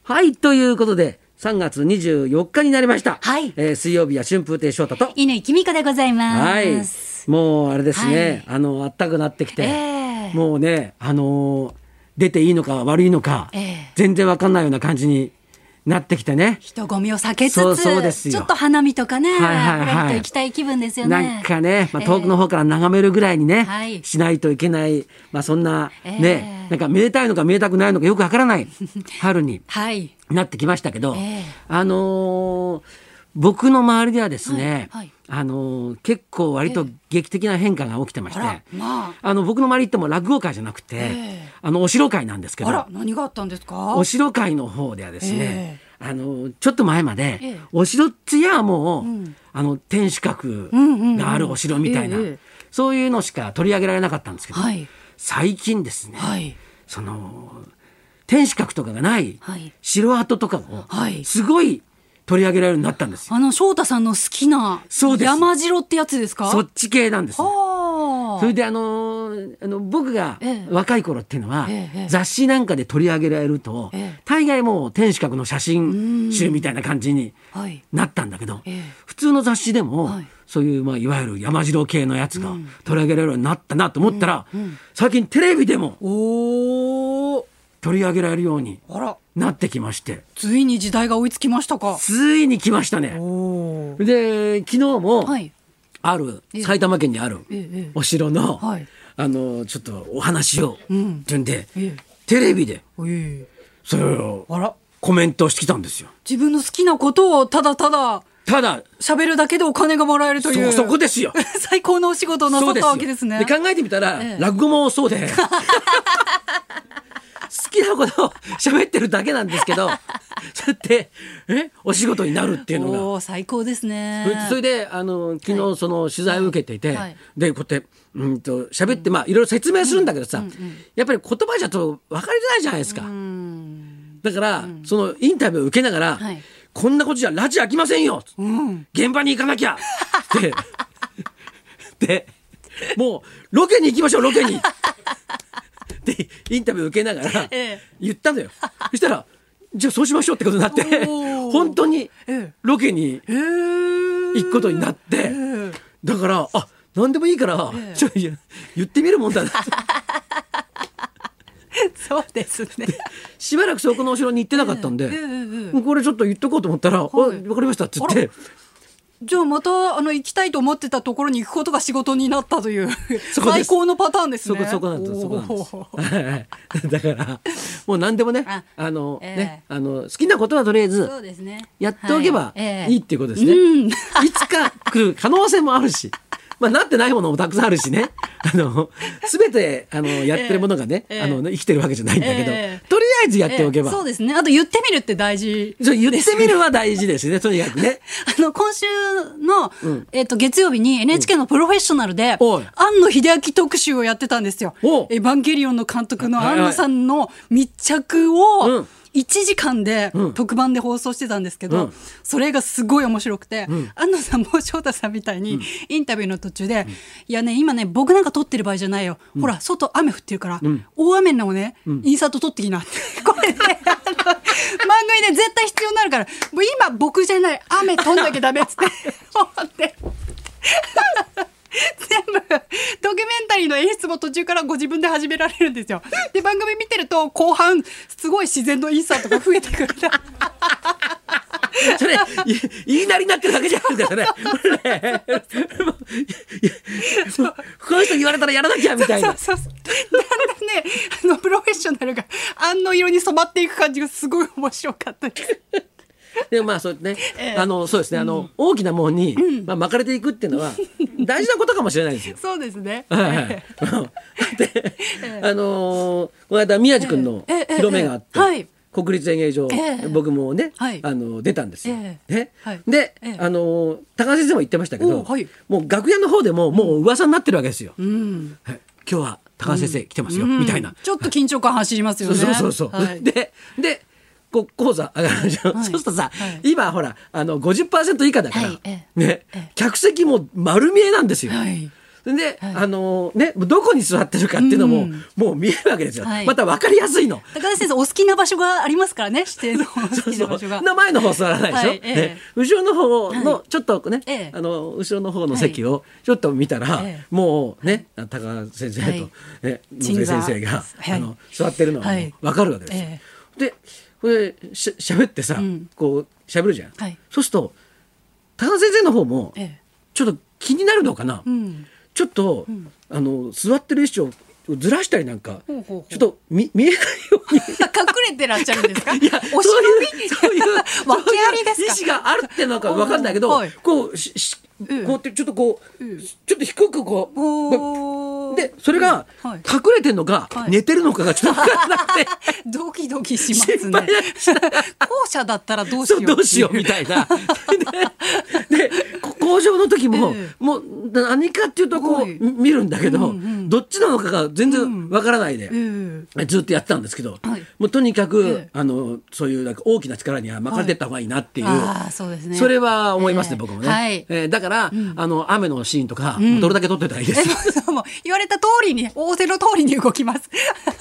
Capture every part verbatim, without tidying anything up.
はい、ということでさんがつにじゅうよっかになりました。 はい、 えー、水曜日は春風亭昇太と乾きみかでございます。 はい、もうあれですね、はい、あの暖かくなってきて、 えー、 もうね、あのー、出ていいのか悪いのか、えー、全然わかんないような感じになってきてね、 人混みを避けつつ、 そうそうですよ、 ちょっと花見とかね、 はいはいはい、 と行きたい気分ですよね。 なんかね、まあ、遠くの方から眺めるぐらいにね、 えー、 しないといけない、まあ、そんな、 えー、 ね、なんか見えたいのか見えたくないのかよくわからない春になってきましたけど、 えー、 あのー、僕の周りではですね、 はいはい、 あのー、結構割と劇的な変化が起きてまして、 えーあら、まあ、 あの僕の周りっても落語会じゃなくて、えー、あのお城会なんですけど、 あら、何があったんですか？ お城会の方ではですね、えー、あのちょっと前まで、 えー、 お城ってやはもう、うん、あの天守閣があるお城みたいな、うんうんうん、そういうのしか取り上げられなかったんですけど、はい、最近ですね、はい、その天守閣とかがない城跡とかをすごい取り上げられるようになったんですよ。 あの翔太さんの好きな山城ってやつですか？ そっち系なんですね。それであのあの僕が若い頃っていうのは、ええ、雑誌なんかで取り上げられると、ええ、大概もう天守閣の写真集みたいな感じになったんだけど、はい、普通の雑誌でも、はい、そういう、まあ、いわゆる山城系のやつが取り上げられるようになったなと思ったら、うんうん、最近テレビでもお取り上げられるようになってきまして、 ついに時代が追いつきましたか？ ついに来ましたね。で昨日も、はい、ある埼玉県にあるお城の、はい、あのちょっとお話をってんで、うん、テレビでそれをコメントしてきたんですよ。 自分の好きなことをただただただ喋るだけでお金がもらえるという、 そ, そこですよ最高のお仕事をなさったわけですね。 で考えてみたら、ええ、落語もそうで好きなことを喋ってるだけなんですけどそうやってえお仕事になるっていうのがお最高ですね。 それであの昨日その取材を受けていて、はいはい、でこうやってうんと喋って、まあいろいろ説明するんだけどさ、うんうんうん、やっぱり言葉じゃと分かりづらいじゃないですか。うんだから、うん、そのインタビューを受けながら、はい、こんなことじゃラジ開きませんよ、うん、現場に行かなきゃってでもうロケに行きましょうロケにでインタビュー受けながら言ったのよ、ええ、そしたらじゃあそうしましょうってことになって本当にロケに行くことになって、え、だからあ何でもいいから、え、ちょ言ってみるもんだなそうですね。 しばらくそこのお城に行ってなかったんで、えええ、これちょっと言っとこうと思ったら、はい、分かりましたって言って、 じゃあまたあの行きたいと思ってたところに行くことが仕事になったという最高のパターンですね。 そこそこなんですそこなんですだからもう何でもねああの、えーね、あの好きなことはとりあえずやっておけばいいっていうことですね、はいえーうん、いつか来る可能性もあるしまあ、なってないものもたくさんあるしねあの全てあのやってるものがね、えー、あの生きてるわけじゃないんだけど、えー、とりあえずやっておけば、 えー、そうですね。あと言ってみるって大事です、 ね、言ってみるは大事ですねとにかくねあの今週の、うんえー、と月曜日に エヌエイチケー のプロフェッショナルで、うん、庵野秀明特集をやってたんですよ。エヴァンゲリオンの監督の庵野さんの密着を、うんいちじかんで特番で放送してたんですけど、うん、それがすごい面白くて、うん、安野さんも翔太さんみたいにインタビューの途中で、うん、いやね今ね僕なんか撮ってる場合じゃないよ、うん、ほら外雨降ってるから、うん、大雨のね、うん、インサート撮ってきなってこれね番組で絶対必要になるからもう今僕じゃない雨撮んなきゃダメっつって思って全部ドキュメンタリーの演出も途中からご自分で始められるんですよ。で番組見てると後半すごい自然のインサートが増えてくるそれ言いなりになってるだけじゃないですかねこの人言われたらやらなきゃみたいなそうそうそうだんだんねあのプロフェッショナルがあんの色に染まっていく感じがすごい面白かったですでもまあそうね、えー、あのそうですね、あの、うん、大きなものに、うんまあ、巻かれていくっていうのは大事なことかもしれないですよ。 そうですね。 はいはい、で、えー、あのー、この間宮地君の広めがあって、えーえーえーはい、国立演芸場、えー、僕もね、はい、あの出たんですよ。えーねはい、で、えー、あのー、高橋先生も言ってましたけど、はい、もう楽屋の方でももう噂になってるわけですよ。うんはい、今日は高橋先生来てますよ、うん、みたいな。 ちょっと緊張感走りますよね。 そうそうそうそう、はい、ででこ講座上がるじゃん、はい、そうするとさ、はい、今ほらあの ごじゅっパーセント 以下だから、はいね、客席も丸見えなんですよ、はい、 で、はい、あのね、どこに座ってるかっていうのも、うん、もう見えるわけですよ、はい、また分かりやすいの。 高田先生お好きな場所がありますからね、指定の好きな場所が。 そうそう、前の方座らないでしょ、はい、ええ、後ろの方のちょっとね、はい、あの後ろの方の席をちょっと見たら、はい、もうね、高田先生と、はい、ね、野瀬先生が、はい、あの座ってるのが分かるわけですよ、はい、でこれししゃべってさ、うん、こうしゃべるじゃん、はい、そうすると高田先生の方もちょっと気になるのかな、うん、ちょっと、うん、あの座ってる位置をずらしたりなんか、ほうほうほう、ちょっと 見, 見えないように隠れてらっしゃるんですか。 いや、 お忍びそういうそういう訳ありですか。 意思があるってのか分かんないけど、はい、こうししこうやってちょっとこう、うん、ちょっと低くこうで、それが隠れてるのか、はい、寝てるのかがちょっと分からなくてドキドキしますね。後者だったらどうしようどうしようみたいなで, で工場の時も、えー、もう何かっていうとこう見るんだけど、うんうん、どっちなのかが全然分からないで、うんえー、ずっとやってたんですけど、はい、もうとにかく、えー、あのそういうなんか大きな力には巻かれてった方がいいなっていう、はい、あそうですね、それは思いますね、えー、僕もね、はいえー、だから、うん、あの雨のシーンとか、うん、どれだけ撮ってたらいいです、 うん、もう言われた通りに仰せの通りに動きます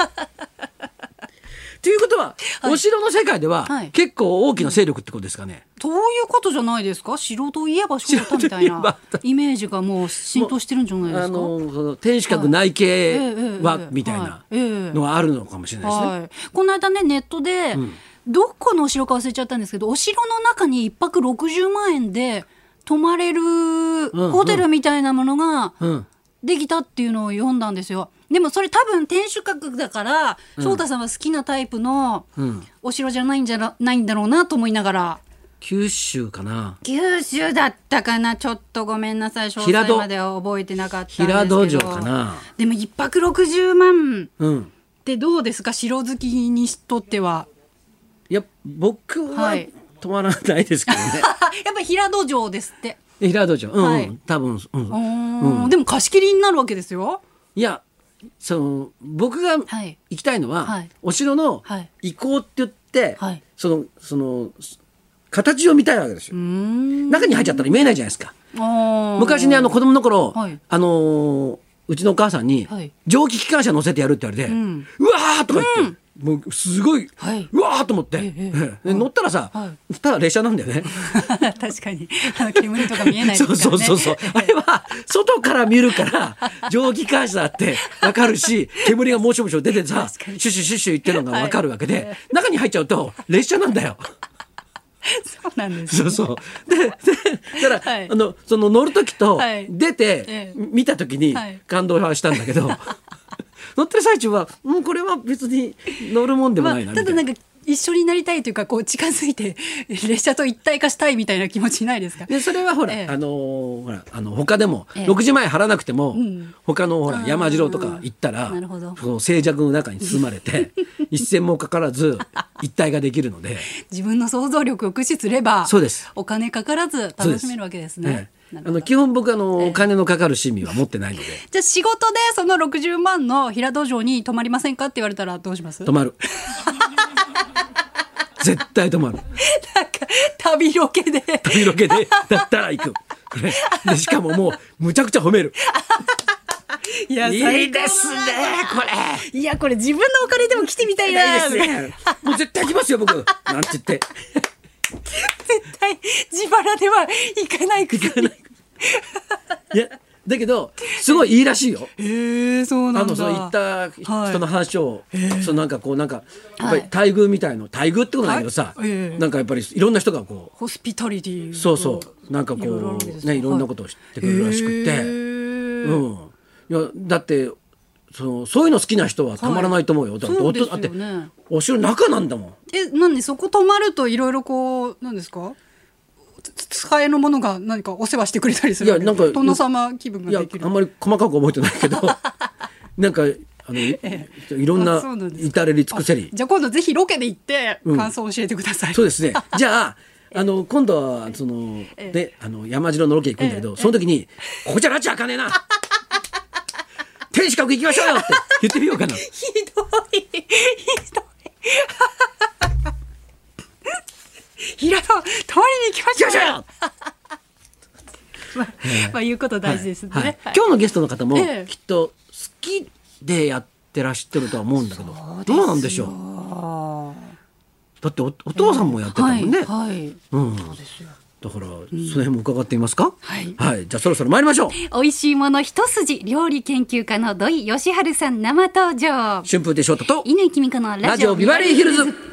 ということは、はい、お城の世界では、はい、結構大きな勢力ってことですかね。 そういうことじゃないですか。城といえば翔太みたいなイメージがもう浸透してるんじゃないですか。あのその天守閣内系は、はい、みたいなのがあるのかもしれないですね、はい、 この間ねネットで、うん、どこのお城か忘れちゃったんですけど、お城の中にいっぱくろくじゅうまんえんで泊まれるホテルみたいなものができたっていうのを読んだんですよ。でもそれ多分天守閣だから、うん、翔太さんは好きなタイプのお城じゃないんじゃないんだろうなと思いながら。 九州かな。 九州だったかな。ちょっとごめんなさい、詳細までは覚えてなかったんですけど。 平戸城かな。 でもいっぱくろくじゅうまんってどうですか、城好きにとっては。 いや僕は止まらないですけどね、はい、 やっぱり平戸城ですって。 平戸城、うん、はい、多分、うんうん、でも貸し切りになるわけですよ。 いやその僕が行きたいのは、はい、お城の遺構って言って、はい、そのその形を見たいわけですよ。中に入っちゃったら見えないじゃないですか。昔ね、あの子供の頃、はい、あのー、うちのお母さんに、はい、蒸気機関車乗せてやるって言われて、うん、うわーとか言って、うん、もうすごい、はい、うわーと思って、えええ、乗ったらさ、はい、ただ列車なんだよね確かにあの煙とか見えないですからねそうそうそうそうあれは外から見るから蒸気機関車だって分かるし、煙がもしもしょ出てさシュッシュシュッシュ言ってるのが分かるわけで、はい、中に入っちゃうと列車なんだよそうなんです、ね、 そうそうででだから、はい、あのその乗る時と出て、はい、見た時に感動はしたんだけど、はい、乗ってる最中はもうこれは別に乗るもんでもないなみたいな、まあ、ただなんか一緒になりたいというか、こう近づいて列車と一体化したいみたいな気持ちないですか。 でそれはほら、ええ、あのほらあの他でも、ええ、ろくじゅうまんえん払わなくても、うん、他のほら山城とか行ったらその静寂の中に包まれて一銭もかからず一体ができるので自分の想像力を駆使すればそうですお金かからず楽しめるわけですね。 ええ、あの基本僕あの、ええ、お金のかかる趣味は持ってないのでじゃあ仕事でそのろくじゅうまんの平戸城に泊まりませんかって言われたらどうします？ 泊まる絶対泊まる。 なんか旅ロケで旅ロケでだったら行くでしかももうむちゃくちゃ褒めるいやいいですねこれ。 いやこれ自分のお金でも来てみたいな。 いいですねもう絶対来ますよ僕なんて言って絶対自腹では行かないくせにいやだけどすごいいいらしいよ。 へーそうなんだ。 あのその行った人の話を、はい、そのなんかこうなんかやっぱり待遇みたいの、待遇ってことないけどさ、はい、なんかやっぱりいろんな人がこうホスピタリティそうそうなんかこうねいろんなことを知ってくるらしくて、はい、うんいやだってそのそういうの好きな人はたまらないと思うよ。はい、だってそうですよね。お城中なんだもん。 えなんでそこ泊まるといろいろこうなんですか。使えのものが何かお世話してくれたりする。いやなんか殿様気分ができる。 いやあんまり細かく覚えてないけどなんかあの、ええ、いろんな至れり尽くせり。 じゃあ今度ぜひロケで行って感想を教えてください。 うん、そうですね。じゃああの今度はその、ええ、ねあの山城のロケ行くんだけど、え、その時にここじゃ拉致あかねえな天守閣行きましょうよって言ってみようかな。 ひどいひどい平戸泊まりに行きましょうよまあいうこと大事ですね、 はいはいはい、今日のゲストの方もきっと好きでやってらっしゃるとは思うんだけど、どうなんでしょう。だって お, お父さんもやってたもんね、えーはいはい、うん、そうですよ。だから、うん、その辺も伺ってみますか。はい、はい、じゃあそろそろ参りましょう。 美味しいもの一筋、料理研究家の土井善晴さん生登場。 春風亭昇太と乾きみ子のラジオビバリーヒルズ。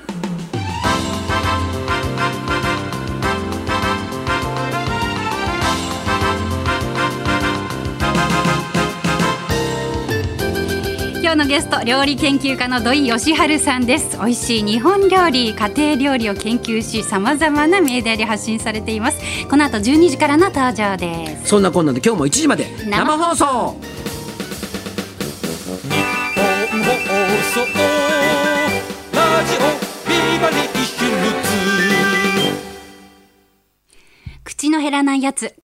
今日のゲスト、料理研究家の土井善晴さんです。美味しい日本料理、家庭料理を研究し、さまざまなメディアで発信されています。この後じゅうにじからの登場です。 そんなこんなで今日もいちじまで生放送。日本放送ラジオビバリーヒルズ。 口の減らないやつ、